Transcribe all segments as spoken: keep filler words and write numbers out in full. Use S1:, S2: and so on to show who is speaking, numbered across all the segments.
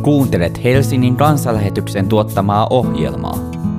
S1: Kuuntelet Helsingin kansanlähetyksen tuottamaa ohjelmaa.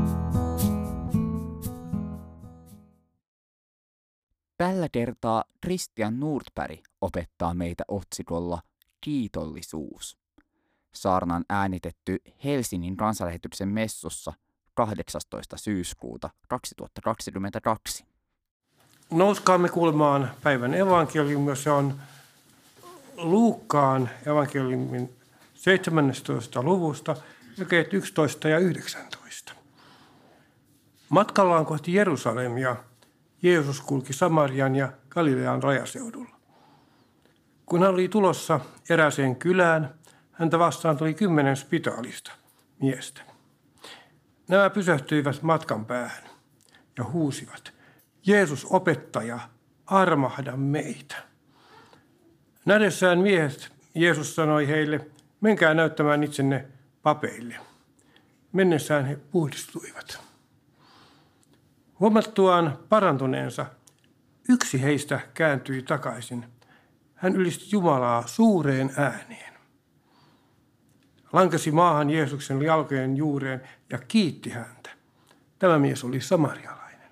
S1: Tällä kertaa Christian Nordberg opettaa meitä otsikolla Kiitollisuus. Saarna on äänitetty Helsingin kansanlähetyksen messussa kahdeksastoista syyskuuta kaksituhattakaksikymmentäkaksi.
S2: Nouskaamme kuulemaan päivän evankeliumi, se on Luukkaan evankeliumin seitsemästoista luvusta, jakeet yksitoista ja yhdeksäntoista. Matkallaan kohti Jerusalemia Jeesus kulki Samarian ja Galilean rajaseudulla. Kun hän oli tulossa erääseen kylään, häntä vastaan tuli kymmenen spitaalista miestä. Nämä pysähtyivät matkan päähän ja huusivat: Jeesus, opettaja, armahda meitä. Nähdessään miehet Jeesus sanoi heille: menkää näyttämään itsenne papeille. Mennessään he puhdistuivat. Huomattuaan parantuneensa, yksi heistä kääntyi takaisin. Hän ylisti Jumalaa suureen ääneen. Lankesi maahan Jeesuksen jalkojen juureen ja kiitti häntä. Tämä mies oli samarialainen.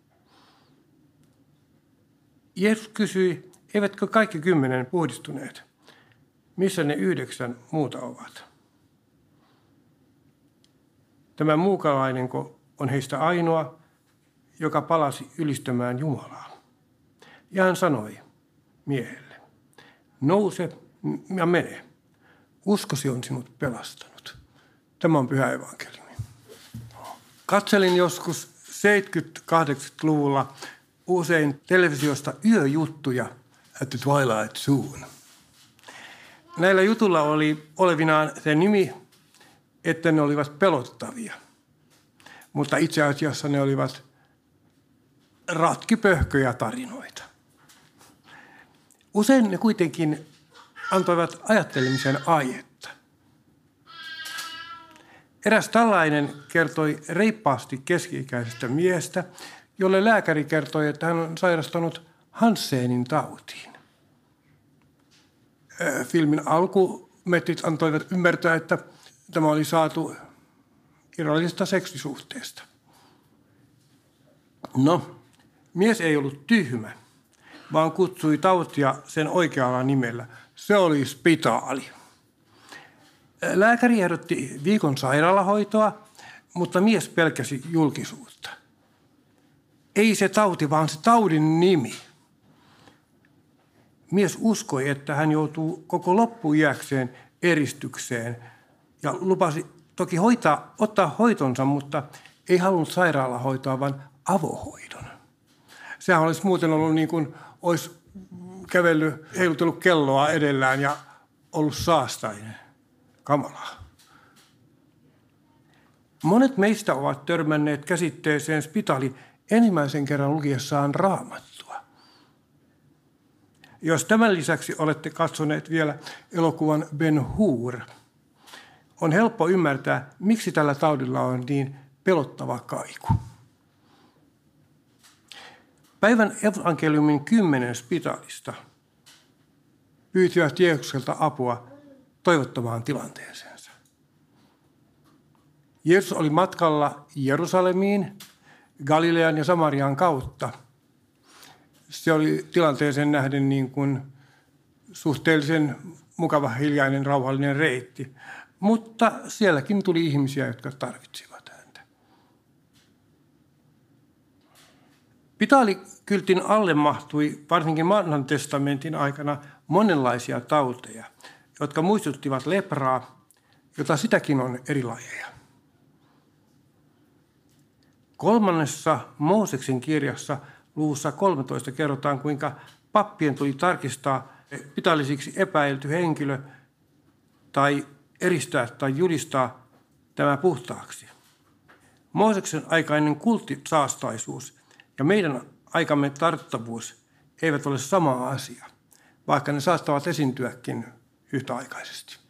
S2: Jeesus kysyi, eivätkö kaikki kymmenen puhdistuneet? Missä ne yhdeksän muuta ovat? Tämä muukalainen on heistä ainoa, joka palasi ylistämään Jumalaa. Ja hän sanoi miehelle: nouse ja mene. Uskosi on sinut pelastanut. Tämä on pyhä evankeliumi. Katselin joskus seitsemänkymmentä-kahdeksankymmentäluvulla usein televisiosta yöjuttuja at the Twilight Zone. Näillä jutulla oli olevinaan se nimi, että ne olivat pelottavia. Mutta itse asiassa ne olivat ratkipöhköjä tarinoita. Usein ne kuitenkin antoivat ajattelemisen aihetta. Eräs tällainen kertoi reippaasti keski-ikäisestä miestä, jolle lääkäri kertoi, että hän on sairastanut Hansenin tautiin. Filmin alkumetrit antoivat ymmärtää, että tämä oli saatu irrallisesta seksisuhteesta. No, mies ei ollut tyhmä, vaan kutsui tautia sen oikealla nimellä. Se oli spitaali. Lääkäri ehdotti viikon sairaalahoitoa, mutta mies pelkäsi julkisuutta. Ei se tauti, vaan se taudin nimi. Mies uskoi, että hän joutuu koko loppuiäkseen eristykseen ja lupasi toki hoitaa, ottaa hoitonsa, mutta ei halunnut sairaalahoitoa, vaan avohoidon. Sehän olisi muuten ollut niin kuin olisi kävellyt, heilutellut kelloa edellään ja ollut saastainen. Kamalaa. Monet meistä ovat törmänneet käsitteeseen spitaali ensimmäisen kerran lukiessaan Raamattua. Jos tämän lisäksi olette katsoneet vielä elokuvan Ben-Hur, on helppo ymmärtää, miksi tällä taudilla on niin pelottava kaiku. Päivän evankeliumin kymmenen spitaalista pyysivät Jeesukselta apua toivottavaan tilanteeseensa. Jeesus oli matkalla Jerusalemiin, Galilean ja Samarian kautta. Se oli tilanteeseen nähden niin kuin suhteellisen mukava, hiljainen, rauhallinen reitti. Mutta sielläkin tuli ihmisiä, jotka tarvitsivat häntä. Spitaalikyltin alle mahtui varsinkin vanhan testamentin aikana monenlaisia tauteja, jotka muistuttivat lepraa, jota sitäkin on eri lajeja. Kolmannessa Mooseksen kirjassa luvussa kolmetoista kerrotaan, kuinka pappien tuli tarkistaa spitaalisiksi epäilty henkilö tai eristää tai julistaa tämä puhtaaksi. Mooseksen aikainen kulttisaastaisuus ja meidän aikamme tarttavuus eivät ole sama asia, vaikka ne saattavat esiintyäkin yhtäaikaisesti.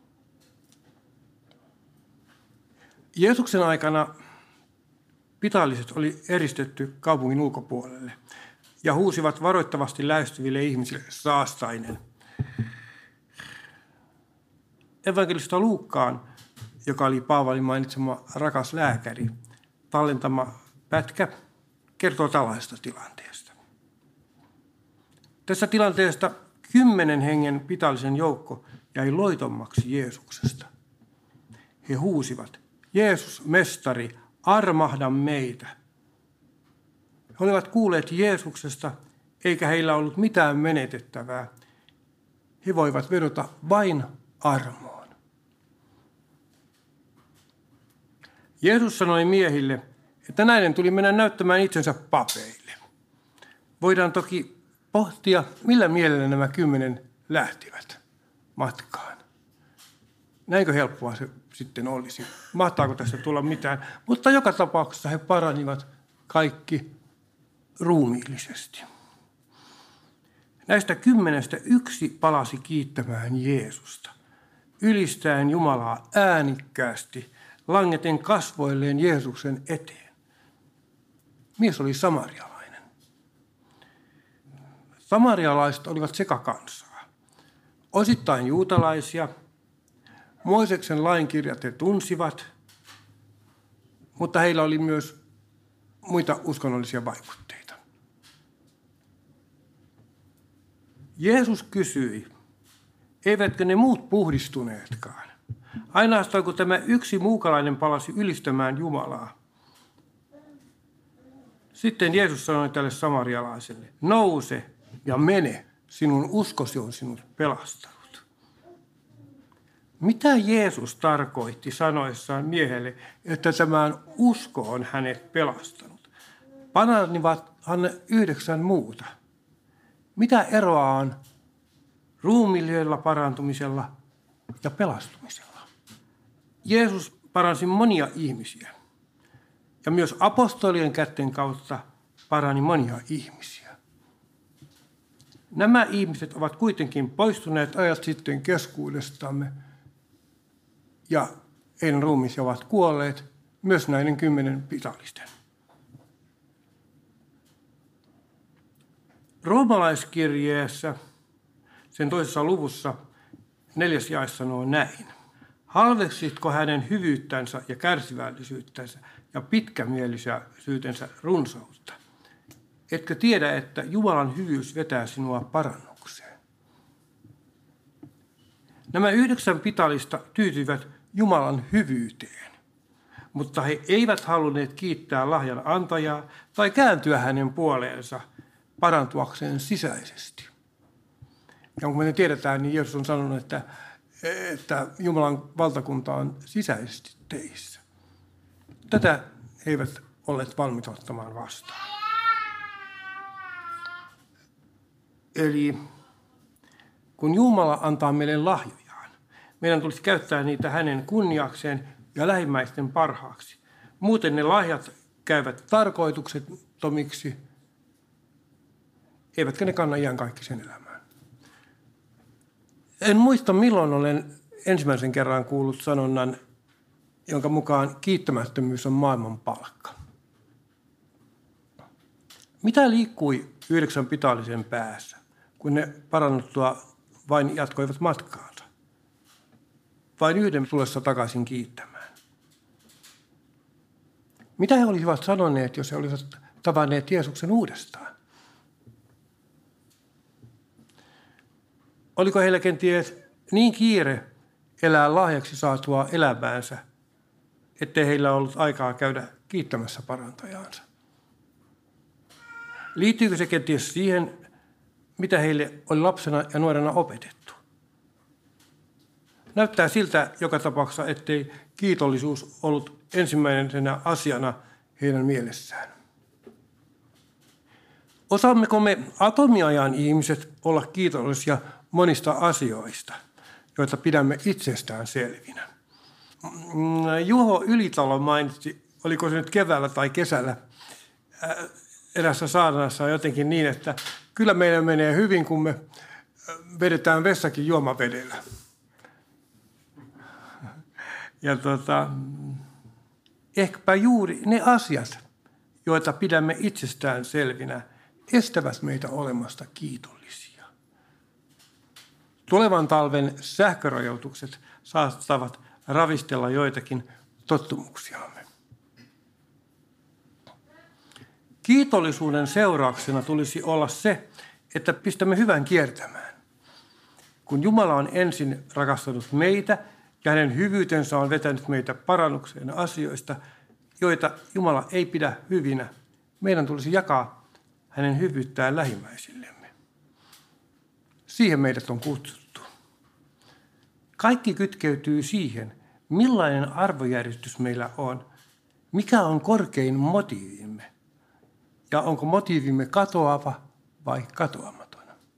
S2: Jeesuksen aikana spitaaliset oli eristetty kaupungin ulkopuolelle ja huusivat varoittavasti lähestyville ihmisille: saastainen. evankelista Luukkaan, joka oli Paavalin mainitsema rakas lääkäri, tallentama pätkä, kertoo tällaisesta tilanteesta. Tässä tilanteesta kymmenen hengen pitallisen joukko jäi loitommaksi Jeesuksesta. He huusivat, Jeesus, mestari, armahda meitä. He olivat kuulleet Jeesuksesta, eikä heillä ollut mitään menetettävää. He voivat vedota vain armoon. Jeesus sanoi miehille, että näiden tuli mennä näyttämään itsensä papeille. Voidaan toki pohtia, millä mielellä nämä kymmenen lähtivät matkaan. Näinkö helppoa se sitten olisi? Mahtaako tästä tulla mitään? Mutta joka tapauksessa he paranivat kaikki ruumiillisesti. Näistä kymmenestä yksi palasi kiittämään Jeesusta, ylistäen Jumalaa äänikkäästi, langeten kasvoilleen Jeesuksen eteen. Mies oli samarialainen. Samarialaiset olivat sekakansaa, osittain juutalaisia. Mooseksen lainkirjat he tunsivat, mutta heillä oli myös muita uskonnollisia vaikutteita. Jeesus kysyi, eivätkö ne muut puhdistuneetkaan? Ainoastaan kun tämä yksi muukalainen palasi ylistämään Jumalaa. Sitten Jeesus sanoi tälle samarialaiselle, nouse ja mene, sinun uskosi on sinut pelastanut. Mitä Jeesus tarkoitti sanoessaan miehelle, että tämän usko on hänet pelastanut? Paranivathan ne yhdeksän muuta. Mitä eroa on ruumiillisella parantumisella ja pelastumisella? Jeesus paransi monia ihmisiä ja myös apostolien kätten kautta parani monia ihmisiä. Nämä ihmiset ovat kuitenkin poistuneet ajat sitten keskuudestamme ja heidän ruumiinsa ovat kuolleet, myös näiden kymmenen pitallisten. Roomalaiskirjeessä, sen toisessa luvussa, neljäs jae sanoo näin. Halveksitko hänen hyvyyttänsä ja kärsivällisyyttänsä ja pitkämielisyytensä runsautta? Etkö tiedä, että Jumalan hyvyys vetää sinua parannukseen? Nämä yhdeksän pitallista tyytyivät Jumalan hyvyyteen, mutta he eivät halunneet kiittää lahjan antajaa tai kääntyä hänen puoleensa parantuakseen sisäisesti. Ja kun me tiedetään, niin Jeesus on sanonut, että, että Jumalan valtakunta on sisäisesti teissä. Tätä he eivät olleet valmiita ottamaan vastaan. Eli kun Jumala antaa meille lahjojaan, meidän tulisi käyttää niitä hänen kunniakseen ja lähimmäisten parhaaksi. Muuten ne lahjat käyvät tarkoituksettomiksi, eivätkä ne kanna iankaikkisen elämään. En muista, milloin olen ensimmäisen kerran kuullut sanonnan, jonka mukaan kiittämättömyys on maailman palkka. Mitä liikkui yhdeksän pitallisen päässä, kun ne parannuttua vain jatkoivat matkaansa? Vain yhden tulessa takaisin kiittämään. Mitä he olisivat sanoneet, jos he olisivat tavanneet Jeesuksen uudestaan? Oliko heillä kenties niin kiire elää lahjaksi saatua elämäänsä, ettei heillä ollut aikaa käydä kiittämässä parantajaansa? Liittyykö se kenties siihen, mitä heille oli lapsena ja nuorena opetettu? Näyttää siltä joka tapauksessa, ettei kiitollisuus ollut ensimmäisenä asiana heidän mielessään. Osaammeko me atomiajan ihmiset olla kiitollisia monista asioista, joita pidämme itsestään selvinä? Juho Ylitalo mainitsi, oliko se nyt keväällä tai kesällä, erässä saarnassa jotenkin niin, että kyllä meillä menee hyvin, kun me vedetään vessakin juomavedellä. Ja tota, ehkäpä juuri ne asiat, joita pidämme itsestään selvinä, estävät meitä olemasta kiitollisia. Tulevan talven sähkörajoitukset saattavat ravistella joitakin tottumuksiamme. Kiitollisuuden seurauksena tulisi olla se, että pistämme hyvän kiertämään. Kun Jumala on ensin rakastanut meitä ja hänen hyvyytensä on vetänyt meitä parannukseen asioista, joita Jumala ei pidä hyvinä, meidän tulisi jakaa hänen hyvyyttään lähimmäisillemme. Siihen meidät on kutsuttu. Kaikki kytkeytyy siihen, millainen arvojärjestys meillä on, mikä on korkein motiivimme ja onko motiivimme katoava vai katoamaton.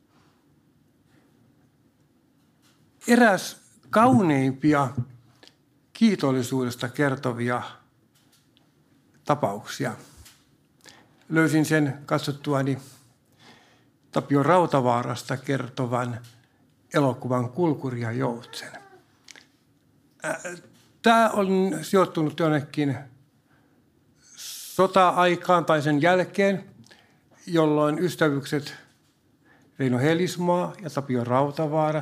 S2: Eräs kauneimpia kiitollisuudesta kertovia tapauksia. Löysin sen katsottuani Tapio Rautavaarasta kertovan elokuvan Kulkuri ja Joutsen. Tämä on sijoittunut jonnekin sota-aikaan tai sen jälkeen, jolloin ystävykset Reino Helismaa ja Tapio Rautavaara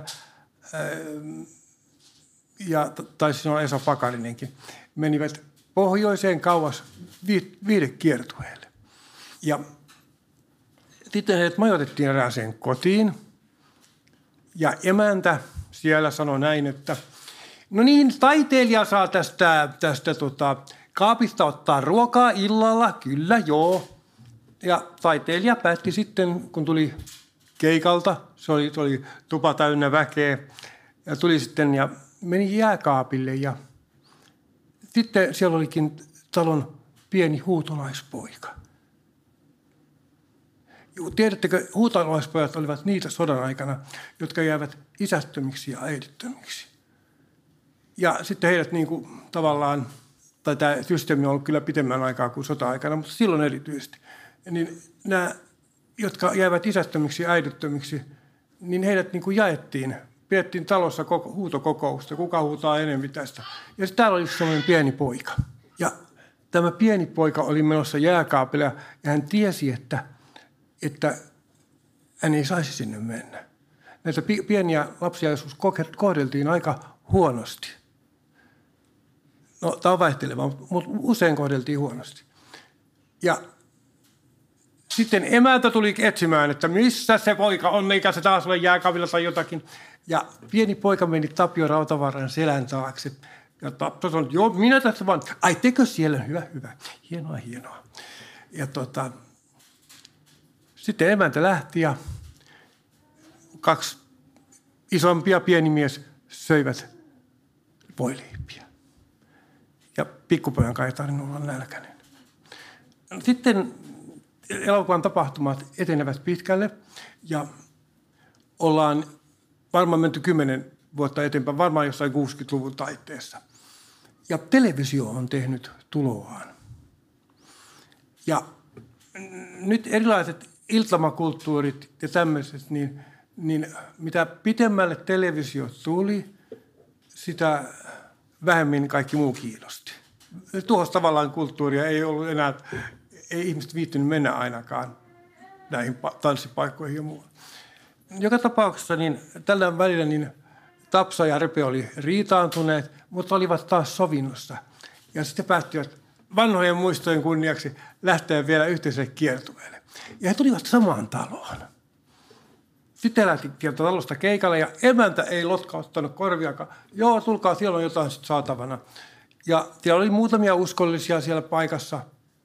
S2: ja taisi sanoa Esa Pakarinenkin, menivät pohjoiseen kauas viidekiertueelle. Ja sitten heidät majoitettiin erääseen kotiin. Ja emäntä siellä sanoi näin, että no niin, taiteilija saa tästä, tästä tota, kaapista ottaa ruokaa illalla, kyllä joo. Ja taiteilija päätti sitten, kun tuli keikalta, se oli, se oli tupa täynnä väkeä, ja tuli sitten ja meni jääkaapille ja sitten siellä olikin talon pieni huutolaispoika. Tiedättekö, huutolaispojat olivat niitä sodan aikana, jotka jäävät isättömiksi ja äidittömiksi. Ja sitten heidät niin kuin tavallaan, tai tämä systeemi on ollut kyllä pitemmän aikaa kuin sota-aikana, mutta silloin erityisesti, niin nämä, jotka jäävät isättömiksi ja äidittömiksi, niin heidät niin kuin jaettiin. Pidettiin talossa koko, huutokokousta, kuka huutaa enemmän tästä. Ja sitten täällä oli sellainen pieni poika. Ja tämä pieni poika oli menossa jääkaapille ja hän tiesi, että, että hän ei saisi sinne mennä. Näitä pieniä lapsia joskus kohdeltiin aika huonosti. No, tämä on vaihteleva, mutta usein kohdeltiin huonosti. Ja sitten emäntä tuli etsimään, että missä se poika on, eikä se taas ole jääkaapilla tai jotakin. Ja pieni poika meni Tapio Rautavaaran selän taakse. Ja Tapio sanoi, joo, minä tässä vaan. Ai, tekö siellä? Hyvä, hyvä. Hienoa, hienoa. Ja tota, sitten emäntä lähti ja kaksi isompia pieni mies söivät voileipiä. Ja pikkupojan kai ei tarvinnut olla nälkäinen. Sitten elokuvan tapahtumat etenevät pitkälle ja ollaan varmaan menty kymmenen vuotta eteenpäin, varmaan jossain kuusikymmentäluvun taitteessa. Ja televisio on tehnyt tuloaan. Ja nyt erilaiset iltamakulttuurit ja tämmöiset, niin, niin mitä pitemmälle televisio tuli, sitä vähemmin kaikki muu kiinnosti. Tuossa tavallaan kulttuuria ei ollut enää, ei ihmiset viittynyt mennä ainakaan näihin tanssipaikkoihin ja muualle. Joka tapauksessa niin tällä välillä niin Tapsa ja Repe oli riitaantuneet, mutta olivat taas sovinnossa. Ja sitten päättivät vanhojen muistojen kunniaksi lähteä vielä yhteiselle kiertueelle. Ja he tulivat samaan taloon. Sitten he lähtivät talosta keikalle ja emäntä ei lotkauttanut korviakaan. Joo, tulkaa, siellä on jotain sitten saatavana. Ja siellä oli muutamia uskollisia siellä paikassa,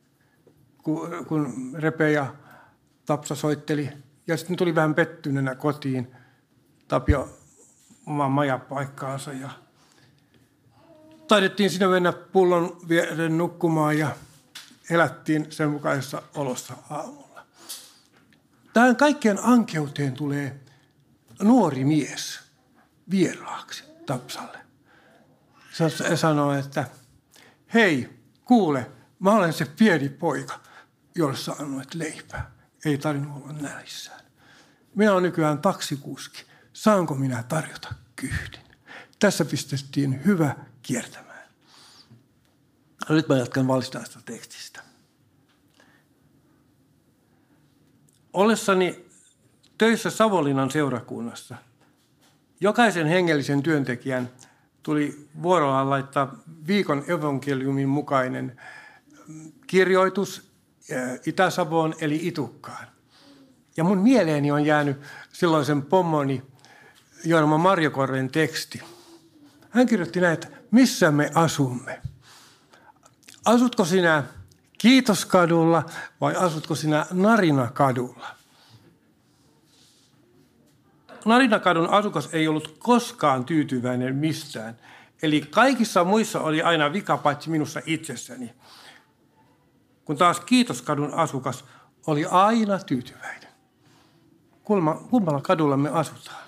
S2: kun, kun Repe ja Tapsa soitteli. Ja sitten tuli vähän pettyneenä kotiin Tapio omaan majapaikkaansa ja taidettiin siinä mennä pullon viereen nukkumaan ja elättiin sen mukaisessa olossa aamulla. Tähän kaikkeen ankeuteen tulee nuori mies vieraaksi Tapsalle. Se sanoo, että hei, kuule, mä olen se pieni poika, jolle sä annoit leipää. Ei tarvinnut olla nälissään. Minä olen nykyään taksikuski. Saanko minä tarjota kyydin? Tässä pistettiin hyvä kiertämään. Nyt mä jatkan valmistaista tekstistä. Ollessani töissä Savonlinnan seurakunnassa Jokaisen hengellisen työntekijän tuli vuorollaan laittaa viikon evankeliumin mukainen kirjoitus Itä-Savoon eli Itukkaan. Ja mun mieleeni on jäänyt silloisen pommoni Jorma Marjokorven teksti. Hän kirjoitti näin, että missä me asumme? Asutko sinä Kiitoskadulla vai asutko sinä Narinakadulla? Narinakadun asukas ei ollut koskaan tyytyväinen mistään. Eli kaikissa muissa oli aina vika paitsi minussa itsessäni. Kun taas Kiitoskadun asukas oli aina tyytyväinen. Kummalla kadulla me asutaan?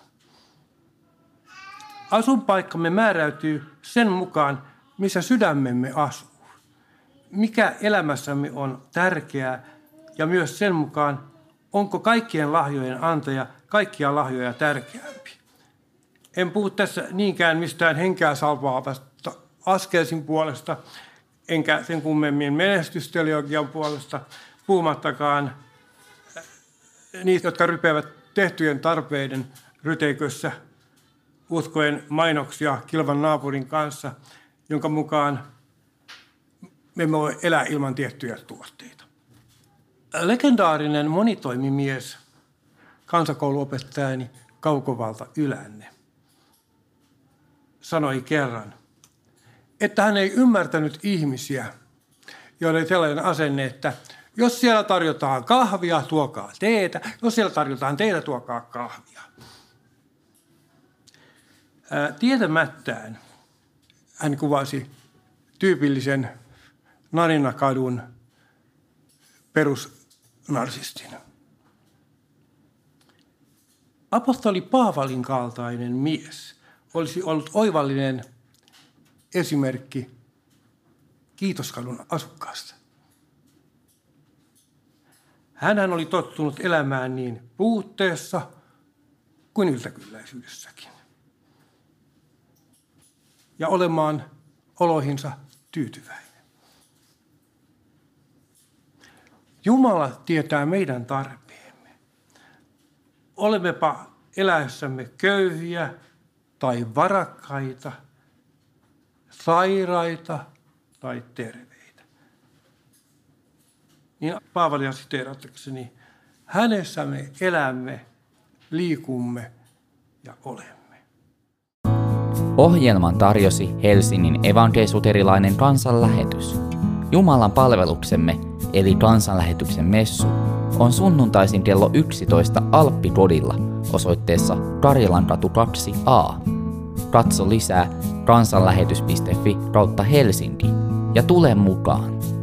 S2: Asunpaikkamme määräytyy sen mukaan, missä sydämemme asuu. Mikä elämässämme on tärkeää ja myös sen mukaan, onko kaikkien lahjojen antaja kaikkia lahjoja tärkeämpi. En puhu tässä niinkään mistään henkeä salvaavasta askelsin puolesta, enkä sen kummemmin menestysteologian puolesta, puhumattakaan niitä, jotka rypevät tehtyjen tarpeiden ryteikössä uskoen mainoksia kilvan naapurin kanssa, jonka mukaan me emme voi elää ilman tiettyjä tuotteita. Legendaarinen monitoimimies, kansakouluopettajani Kaukovalta Ylänne, sanoi kerran, että hän ei ymmärtänyt ihmisiä, joilla oli sellainen asenne, että jos siellä tarjotaan kahvia, tuokaa teetä. Jos siellä tarjotaan teetä, tuokaa kahvia. Ää, tietämättään hän kuvasi tyypillisen Narinakadun perusnarsistin. Apostoli Paavalin kaltainen mies olisi ollut oivallinen esimerkki Kiitoskadun asukkaasta. Hänhän oli tottunut elämään niin puutteessa kuin yltäkylläisyydessäkin. Ja olemaan oloihinsa tyytyväinen. Jumala tietää meidän tarpeemme. Olemmepa eläessämme köyhiä tai varakkaita, sairaita tai terveitä. Niin Paavalia siteeratakseni, hänessä me elämme, liikumme ja olemme.
S1: Ohjelman tarjosi Helsingin evankelisuterilainen kansanlähetys. Jumalan palveluksemme eli kansanlähetyksen messu on sunnuntaisin kello yksitoista Alppikodilla osoitteessa Karjalankatu kaksi A. Katso lisää kansanlähetys piste fi kautta Helsinki ja tule mukaan.